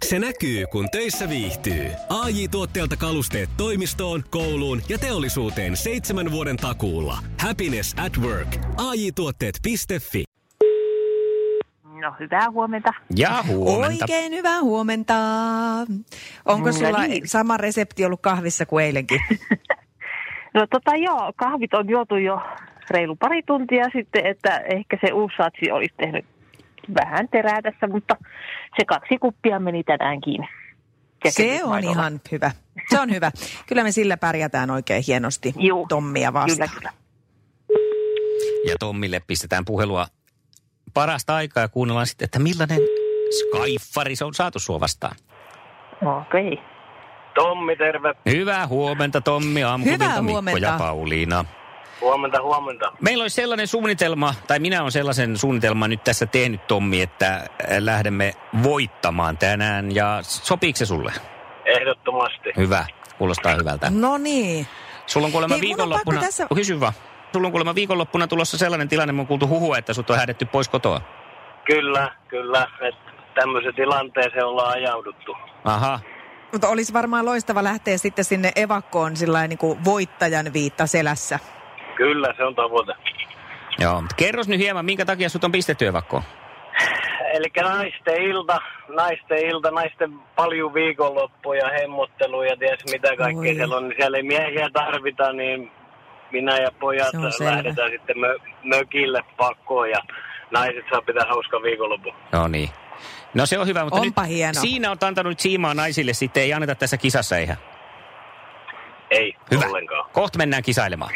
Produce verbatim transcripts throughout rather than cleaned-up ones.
Se näkyy, kun töissä viihtyy. A J-tuotteelta kalusteet toimistoon, kouluun ja teollisuuteen seitsemän vuoden takuulla. Happiness at work. A J tuotteet piste fi. No, hyvää huomenta. Ja huomenta. Oikein hyvää huomenta. Onko sulla no niin. sama resepti ollut kahvissa kuin eilenkin? No tota joo, kahvit on juotu jo reilu pari tuntia sitten, että ehkä se uusi satsi olisi tehnyt vähän terää tässä, mutta se kaksi kuppia meni tänäänkin. Se on ihan hyvä. Se on hyvä. Kyllä me sillä pärjätään oikein hienosti Juu, Tommia vastaan. Kyllä, kyllä. Ja Tommille pistetään puhelua parasta aikaa ja kuunnellaan sitten, että millainen skaiffari se on saatu sua vastaan. Okei. Okay. Tommi, terve. Hyvää huomenta, Tommi, aamukuvilta Mikko huomenta. ja Pauliina. Huomenta, huomenta. Meillä olisi sellainen suunnitelma, tai minä olen sellaisen suunnitelman nyt tässä tehnyt, Tommi, että lähdemme voittamaan tänään. Ja sopiiko se sulle? Ehdottomasti. Hyvä, kuulostaa hyvältä. No niin. Sulla on kuulemma Hei, mun on viikonloppuna... pakko tässä- Kysy vaan. Sulla on kuulemma viikonloppuna tulossa sellainen tilanne, me on kuultu huhua, että sut on hädetty pois kotoa. Kyllä, kyllä. Että tämmöiseen tilanteeseen ollaan ajauduttu. Aha. Mutta olisi varmaan loistava lähteä sitten sinne evakkoon sillain niin kuin voittajan viitta selässä. Kyllä, se on tavoite. Joo, mutta kerros nyt hieman, minkä takia sut on pistetty evakkoon? Eli naisten ilta, naisten ilta, naisten paljon viikonloppuja, hemmotteluja, ties mitä kaikkea Oi. siellä on. Niin siellä ei miehiä tarvita, niin minä ja pojat Se on selvä. lähdetään sitten mö- mökille pakoon ja naiset saa pitää hauskaa viikonloppu. No niin. No se on hyvä, mutta Onpa nyt hieno. siinä on antanut nyt siimaa naisille sitten, ei anneta tässä kisassa, eihän. Ei Hyvä. ollenkaan. Kohta mennään kisailemaan.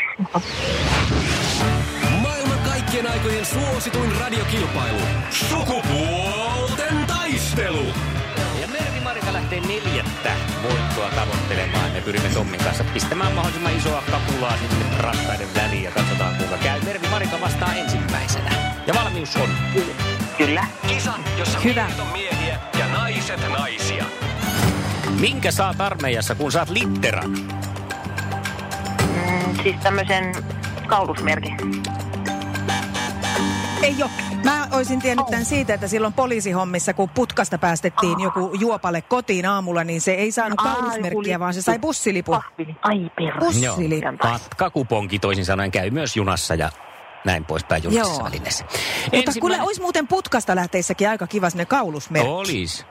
Maailman kaikkien aikojen suosituin radiokilpailu. Sukupuolten taistelu. Ja Mervi Marika lähtee neljättä voittoa tavoittelemaan. Me pyrimme Tommin kanssa pistämään mahdollisimman isoa kapulaa sitten raskaiden väliin ja katsotaan kuinka käy. Mervi Marika vastaa ensimmäisenä. Ja valmius on. Kyllä. Kisa, jossa Hyvä. miehet on miehiä ja naiset naisia. Minkä saat armeijassa, kun saat litteran? Mm, siis tämmöisen kaulusmerkin. Ei ole. Mä olisin tiennyt tämän siitä, että silloin poliisihommissa, kun putkasta päästettiin joku juopalle kotiin aamulla, niin se ei saanut Ai, kaulusmerkkiä, kun vaan se sai bussilipun. Kahvili. Ai perus. Bussilipun. Matkakuponki toisin sanoen käy myös junassa ja näin poispäin julkisessa Joo. välineessä. Mutta Ensimmäinen- kyllä olisi muuten putkasta lähteissäkin aika kiva sinne kaulusmerkki. Olis.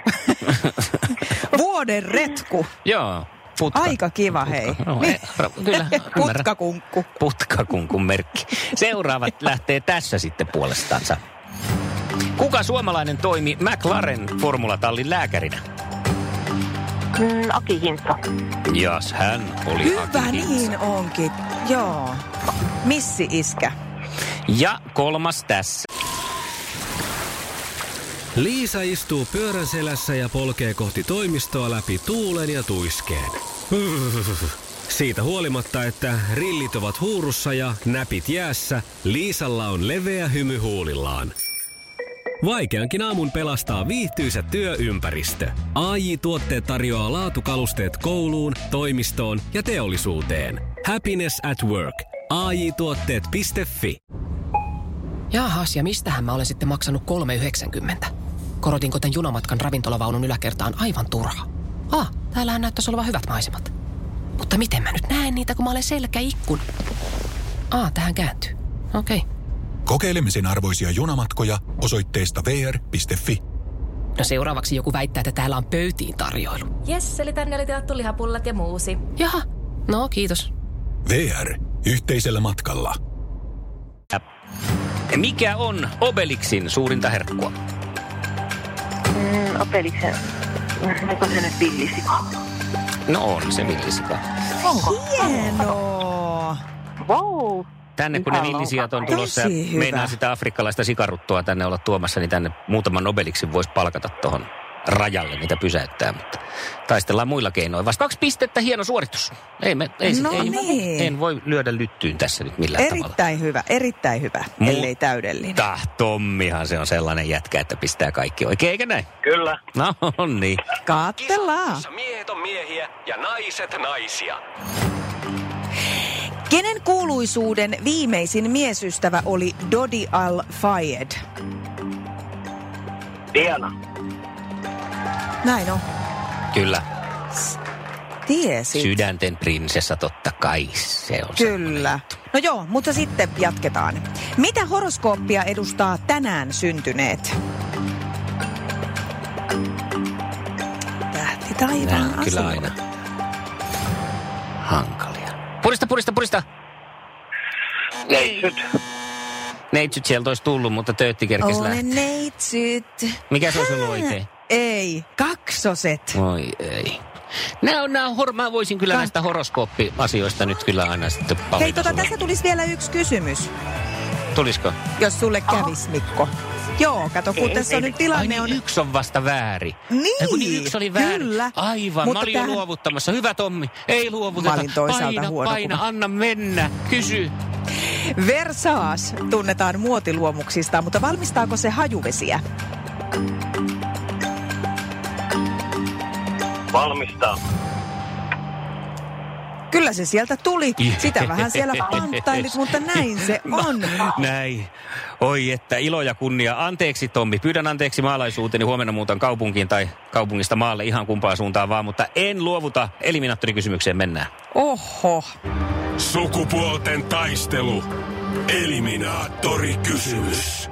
Vuoden retku. Joo. Putka. Aika kiva, hei. No, ei, kyllä, ymmärrän. Putkakunkku. Putkakunkun merkki. Seuraavat lähtee tässä sitten puolestansa. Kuka suomalainen toimi McLaren formulatallin lääkärinä? Mm, Aki Hintsa. Jas, hän oli Hyvä Aki Hintsa. niin onkin. Joo. Missi-iskä. Ja kolmas tässä. Liisa istuu pyörän selässä ja polkee kohti toimistoa läpi tuulen ja tuiskeen. Siitä huolimatta, että rillit ovat huurussa ja näpit jäässä, Liisalla on leveä hymy huulillaan. Vaikeankin aamun pelastaa viihtyisä työympäristö. A J-tuotteet tarjoaa laatukalusteet kouluun, toimistoon ja teollisuuteen. Happiness at work. A J tuotteet piste fi. Jaahas, ja mistähän mä olen sitten maksanut kolme yhdeksänkymmentä? Korotinko tän junamatkan ravintolavaunun yläkertaan aivan turha? Ah, täällähän näyttäisi olevan hyvät maisemat. Mutta miten mä nyt näen niitä, kun mä olen selkäikkun? Ah, tähän kääntyy. Okei. Okay. Kokeilemisen arvoisia junamatkoja osoitteesta v r piste fi. No seuraavaksi joku väittää, että täällä on pöytiin tarjoilu. Jes, eli tänne oli tilattu lihapullat ja muusi. Jaha, no kiitos. V R. Yhteisellä matkalla. Mikä on Obelixin suurinta herkkua? Mm, Opeliksen. Onko se nyt villisika? No on se villisika. Onko? Hienoa. Wow. Tänne kun ne Ihan villisijat on loukkaa. tulossa ja Tosi hyvä. meinaa sitä afrikkalaista sikaruttua tänne olla tuomassa, niin tänne muutaman Obelixin voisi palkata tuohon rajalle niitä pysäyttää. Mutta taistellaan muilla keinoin. Vasta kaksi pistettä, hieno suoritus. Ei, me, ei, No ei, niin. En voi lyödä lyttyyn tässä nyt millään tavalla. Erittäin hyvä, erittäin hyvä, ellei täydellinen. Mutta Tommihan se on sellainen jätkä, että pistää kaikki oikein, eikä näin? Kyllä. No niin. Kattellaan. Jossa miehet on miehiä ja naiset naisia. Kenen kuuluisuuden viimeisin miesystävä oli Dodi Al-Fayed? Diana. Näin on. Kyllä. Tiesit. Sydänten prinsessa totta kai se on. Kyllä. No joo, mutta sitten jatketaan. Mitä horoskooppia edustaa tänään syntyneet? Tähti taivaan Kyllä asioita. aina hankalia. Purista, purista, purista. Neitsyt. Neitsyt sieltä olisi tullut, mutta töötti kerkesi lähteä. Olen neitsyt. Mikä se olisi ollut oikein? Ei, kaksoset. Oi ei. Nämä on, nämä on hor- mä voisin kyllä Ka- näistä horoskooppiasioista nyt kyllä aina sitten palita Hei, tota, sulle. tässä tulisi vielä yksi kysymys, Tulisiko? jos sulle kävis, Mikko. Joo, kato, kun Ei, tässä on ei. nyt tilanne Ai on... niin, yksi on vasta väärin. Niin, Ei, kun niin yksi oli väärin. kyllä. Aivan, Mutta mä olin tähän- jo luovuttamassa. Hyvä Tommi, ei luovuteta. Mä olin toisaalta paina, huono, paina, kun- anna mennä, kysy. Versace tunnetaan muotiluomuksista, mutta valmistaako se hajuvesiä? Valmistaa. Kyllä se sieltä tuli. Sitä vähän siellä panttailit, mutta näin se on. Näin. Oi, että ilo ja kunnia. Anteeksi, Tommi. Pyydän anteeksi maalaisuuteni. Huomenna muutan kaupunkiin tai kaupungista maalle ihan kumpaan suuntaan vaan, mutta en luovuta. Eliminaattorikysymykseen mennään. Oho. Sukupuolten taistelu. Eliminaattorikysymys.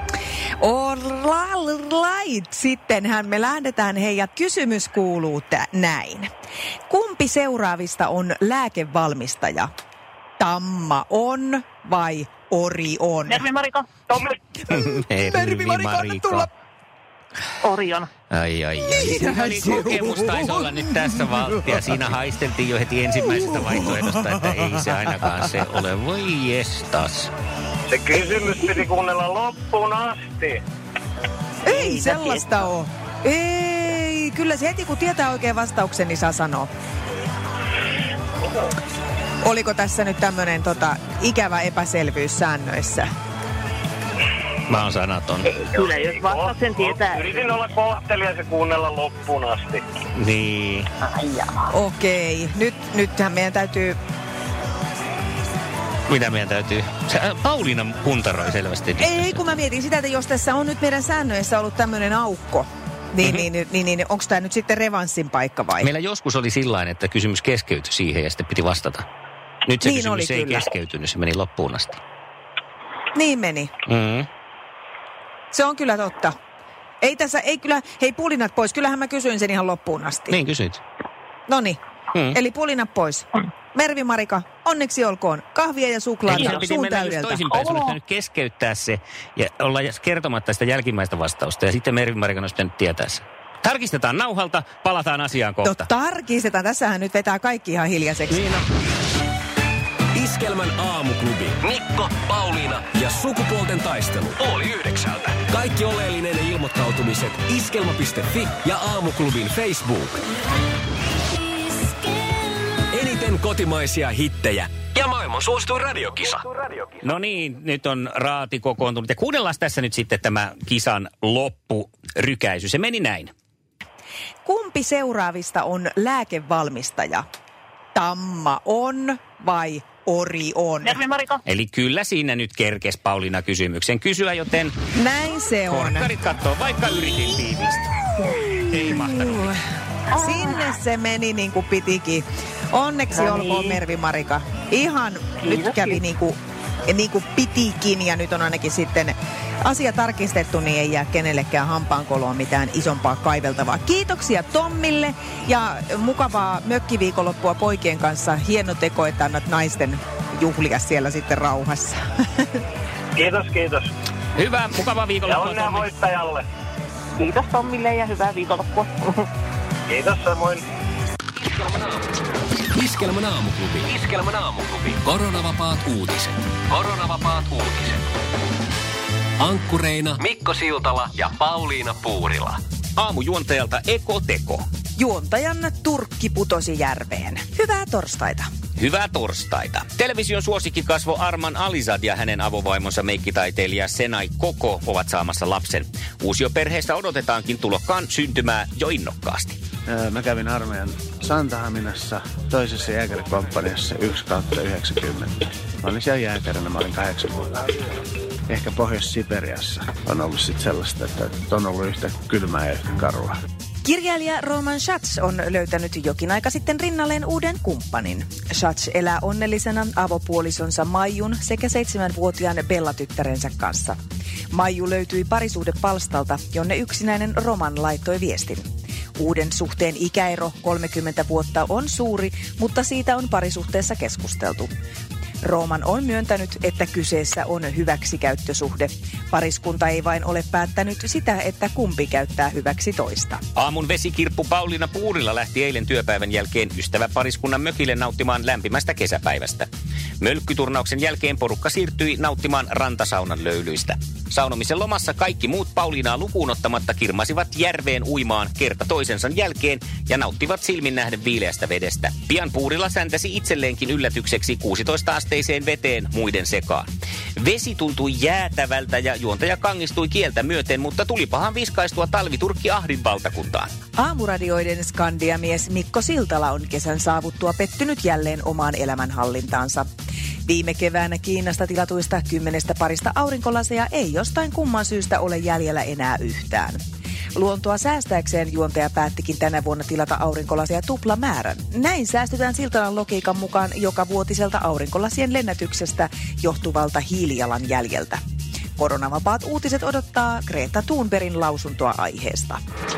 All right. Sittenhän me lähdetään heidät. Kysymys kuuluu tä- näin. Kumpi seuraavista on lääkevalmistaja? Tamma on vai Ori on? Mervi Marika, Tommi, Mervi Marika, anna tulla. Orion. Ai, ai, ai. Se oli kokemus, taisi olla nyt tässä valtia. Siinä haisteltiin jo heti ensimmäisestä vaihtoehdosta, että ei se ainakaan se ole. Voi jestas. Se kysymys piti kuunnella loppuun asti. Ei sellaista ole. Ei, kyllä se heti kun tietää oikein vastauksen, niin saa sanoa. Oliko tässä nyt tämmöinen tota, ikävä epäselvyys säännöissä? Mä oon sanaton. Kyllä, jos vastauksen tietää. Yritin olla kohtelias ja kuunnella loppuun asti. Niin. Okei, nyt, nythän meidän täytyy... Mitä meidän täytyy? Se, äh, Pauliina puntaroi selvästi. Ei, kun mä mietin sitä, että jos tässä on nyt meidän säännöissä ollut tämmöinen aukko, niin, mm-hmm. niin, niin, niin onko tämä nyt sitten revanssin paikka vai? Meillä joskus oli sillain, että kysymys keskeytyi siihen ja sitten piti vastata. Nyt se Niin kysymys oli ei kyllä. keskeytynyt, se meni loppuun asti. Niin meni. Mm. Se on kyllä totta. Ei tässä, ei kyllä, hei pulinat pois, kyllähän mä kysyin sen ihan loppuun asti. Niin kysyit. Noniin, Mm. eli pulinat pois. Mervi Marika, onneksi olkoon. Kahvia ja suklaata Sen piti suun mennä just täydeltä. toisinpäin. Sun olisi pitänyt keskeyttää se ja olla kertomatta sitä jälkimmäistä vastausta. Ja sitten Mervi Marikan olisi pitänyt tietää se. Tarkistetaan nauhalta, palataan asiaan No kohta. tarkistetaan, tässähän nyt vetää kaikki ihan hiljaiseksi. Niin on. Iskelmän aamuklubi. Mikko, Pauliina Ja sukupuolten taistelu. oli yhdeksältä. Kaikki oleellinen ilmoittautumiset iskelma piste fi ja aamuklubin Facebook. Eniten kotimaisia hittejä Ja maailman suosituin radiokisa. No niin, nyt on raati kokoontunut. Ja kuunnellaan tässä nyt sitten tämä kisan loppurykäisy. Se meni näin. Kumpi seuraavista on lääkevalmistaja? Tamma on vai Ori on? Mervi Marika. Eli kyllä siinä nyt kerkes Pauliina kysymyksen kysyä, joten Näin se on. korkkarit kattoo, vaikka yritin tiivistä. Ei mahtanut. Sinne se meni niin kuin pitikin. Onneksi No olkoon niin. Mervi Marika. Ihan nyt kävi niin kuin, niin kuin pitikin ja nyt on ainakin sitten asia tarkistettu, niin ei jää kenellekään hampaankoloon mitään isompaa kaiveltavaa. Kiitoksia Tommille ja mukavaa mökkiviikonloppua poikien kanssa. Hieno teko, että annat naisten juhlia siellä sitten rauhassa. Kiitos, kiitos. Hyvä, mukavaa Ja viikonloppua. onnea Tommi. voittajalle. Kiitos Tommille ja hyvää viikonloppua. Kiitos samoin. Iskelmän aamuklubi. Iskelmän aamuklubi. Koronavapaat uutiset. Koronavapaat uutiset. Ankkureina Mikko Siltala ja Pauliina Puurila. Aamujuontajalta Ekoteko. Juontajan turkki putosi järveen. Hyvää torstaita. Hyvää torstaita. Television suosikkikasvo Arman Alizad ja hänen avovaimonsa meikkitaiteilija Senai Koko ovat saamassa lapsen. Uusioperheessä odotetaankin tulokkaan syntymää jo innokkaasti. Mä kävin armeijan Santahaminassa toisessa jääkärikomppaniassa yksi kautta yhdeksänkymmentä. Mä olin siellä jääkärinä, mä olin kahdeksan vuotta. Ehkä Pohjois-Siperiassa on ollut sit sellaista, että on ollut yhtä kylmää ja yhtä karua. Kirjailija Roman Schatz on löytänyt jokin aika sitten rinnalleen uuden kumppanin. Schatz elää onnellisena avopuolisonsa Maijun sekä seitsemänvuotiaan Bella-tyttärensä kanssa. Maiju löytyi parisuhdepalstalta, jonne yksinäinen Roman laittoi viestin. Uuden suhteen ikäero kolmekymmentä vuotta on suuri, mutta siitä on parisuhteessa keskusteltu. Roman on myöntänyt, että kyseessä on hyväksikäyttösuhde. Pariskunta ei vain ole päättänyt sitä, että kumpi käyttää hyväksi toista. Aamun vesikirppu Pauliina Puurila lähti eilen työpäivän jälkeen ystäväpariskunnan mökille nauttimaan lämpimästä kesäpäivästä. Mölkkyturnauksen jälkeen porukka siirtyi nauttimaan rantasaunan löylyistä. Saunomisen lomassa kaikki muut Pauliinaa lukuun ottamatta kirmasivat järveen uimaan kerta toisensa jälkeen ja nauttivat silmin nähden viileästä vedestä. Pian Puurila säntäsi itselleenkin yllätykseksi kuusitoista-asteiseen veteen muiden sekaan. Vesi tuntui jäätävältä ja juontaja kangistui kieltä myöten, mutta tulipahan viskaistua talviturkki Ahdin valtakuntaan. Aamuradioiden skandiamies Mikko Siltala on kesän saavuttua pettynyt jälleen omaan elämänhallintaansa. Viime keväänä Kiinasta tilatuista kymmenestä parista aurinkolaseja ei jostain kumman syystä ole jäljellä enää yhtään. Luontoa säästääkseen juontaja päättikin tänä vuonna tilata aurinkolaseja tuplamäärän. Näin säästytään Siltalan logiikan mukaan joka vuotiselta aurinkolasien lennätyksestä johtuvalta hiilijalanjäljeltä. Koronavapaat uutiset odottaa Greta Thunbergin lausuntoa aiheesta.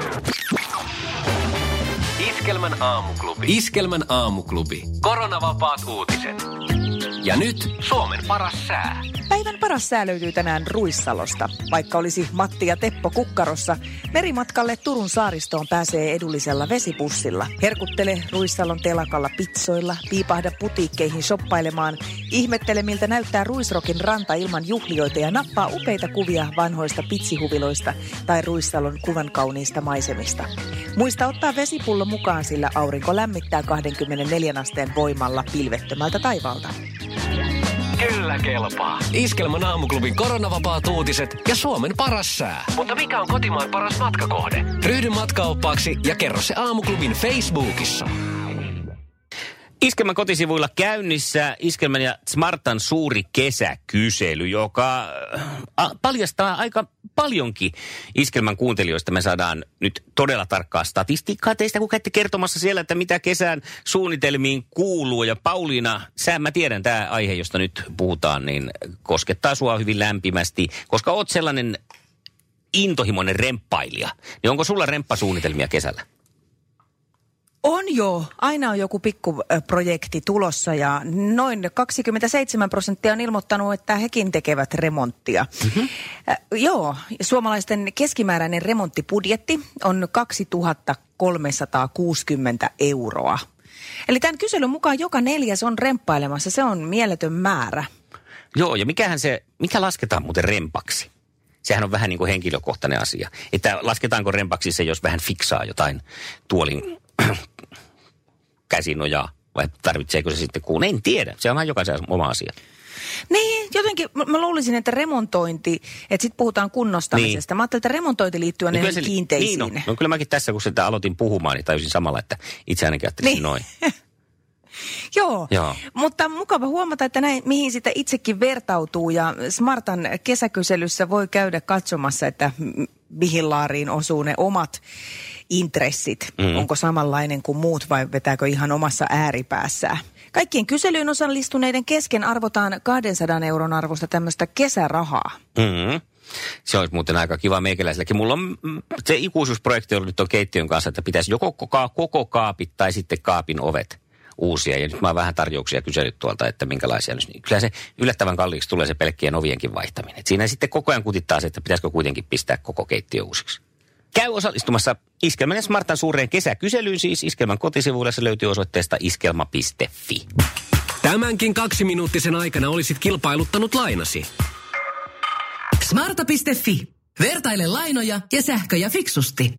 Iskelmän aamuklubi. Iskelmän aamuklubi. Koronavapaat uutiset. Ja nyt Suomen paras sää. Päivän paras sää löytyy tänään Ruissalosta. Vaikka olisi Matti ja Teppo kukkarossa, merimatkalle Turun saaristoon pääsee edullisella vesibussilla. Herkuttele Ruissalon telakalla pitsoilla, piipahda putiikkeihin shoppailemaan, ihmettele miltä näyttää Ruisrokin ranta ilman juhlioita ja nappaa upeita kuvia vanhoista pitsihuviloista tai Ruissalon kuvan kauniista maisemista. Muista ottaa vesipullo mukaan, sillä aurinko lämmittää kaksikymmentäneljä asteen voimalla pilvettömältä taivaalta. Kyllä kelpaa. Iskelmän aamuklubin koronavapaat uutiset ja Suomen paras sää. Mutta mikä on kotimaan paras matkakohde? Ryhdy matkaoppaaksi ja kerro se aamuklubin Facebookissa. Iskelmän kotisivuilla käynnissä Iskelmän ja Smartan suuri kesäkysely, joka paljastaa aika paljonkin Iskelmän kuuntelijoista. Me saadaan nyt todella tarkkaa statistiikkaa teistä, kun käytte kertomassa siellä, että mitä kesän suunnitelmiin kuuluu. Ja Pauliina, sä mä tiedän, tämä aihe, josta nyt puhutaan, niin koskettaa sua hyvin lämpimästi, koska oot sellainen intohimoinen remppailija. Niin onko sulla remppasuunnitelmia kesällä? On joo. Aina on joku pikkuprojekti tulossa ja noin kaksikymmentäseitsemän prosenttia on ilmoittanut, että hekin tekevät remonttia. Mm-hmm. Äh, joo, suomalaisten keskimääräinen remonttibudjetti on kaksituhatta kolmesataakuusikymmentä euroa. Eli tämän kyselyn mukaan joka neljäs on remppailemassa. Se on mieletön määrä. Joo, ja mikähän se, mikä lasketaan muuten rempaksi? Sehän on vähän niin kuin henkilökohtainen asia. Että lasketaanko rempaksi se, jos vähän fiksaa jotain tuolin käsinojaa, vai tarvitseeko se sitten kuun? En tiedä, se on vähän jokaisen oma asia. Niin, jotenkin mä luulisin, että remontointi, että sitten puhutaan kunnostamisesta. Niin. Mä ajattelin, että remontointi liittyy no, näihin kiinteisiin. Niin, no, no kyllä mäkin tässä, kun sitä aloitin puhumaan, niin tajusin samalla, että itse ainakin ajattelisin niin. Noin. Joo, Joo, mutta mukava huomata, että näin, mihin sitä itsekin vertautuu ja Smartan kesäkyselyssä voi käydä katsomassa, että mihin laariin osuu ne omat intressit. Mm. Onko samanlainen kuin muut vai vetääkö ihan omassa ääripäässään? Kaikkien kyselyyn osallistuneiden kesken arvotaan kahdensadan euron arvosta tämmöistä kesärahaa. Mm. Se olisi muuten aika kiva meikäläiselläkin. Mulla on se ikuisuusprojekti ollut nyt on keittiön kanssa, että pitäisi joko koko, koko kaapit tai sitten kaapin ovet uusia. Ja nyt mä oon vähän tarjouksia kysellyt tuolta, että minkälaisia. Kyllä se yllättävän kalliiksi tulee se pelkkien ovienkin vaihtaminen. Et siinä sitten koko ajan kutittaa se, että pitäisikö kuitenkin pistää koko keittiö uusiksi. Käy osallistumassa Iskelmän ja Smartan suureen kesäkyselyyn, siis Iskelmän kotisivuilla se löytyy osoitteesta iskelma piste fi. Tämänkin kaksiminuuttisen aikana olisit kilpailuttanut lainasi. Smarta piste fi. Vertaile lainoja ja sähköjä fiksusti.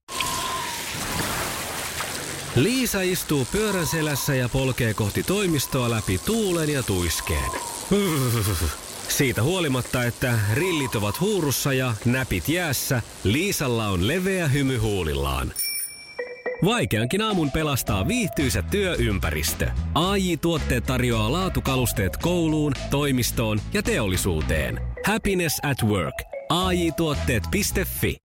Liisa istuu pyörän selässä ja polkee kohti toimistoa läpi tuulen ja tuiskeen. Siitä huolimatta, että rillit ovat huurussa ja näpit jäässä, Liisalla on leveä hymy huulillaan. Vaikeankin aamun pelastaa viihtyisä työympäristö. A J-tuotteet tarjoaa laatukalusteet kouluun, toimistoon ja teollisuuteen. Happiness at work. A J tuotteet piste fi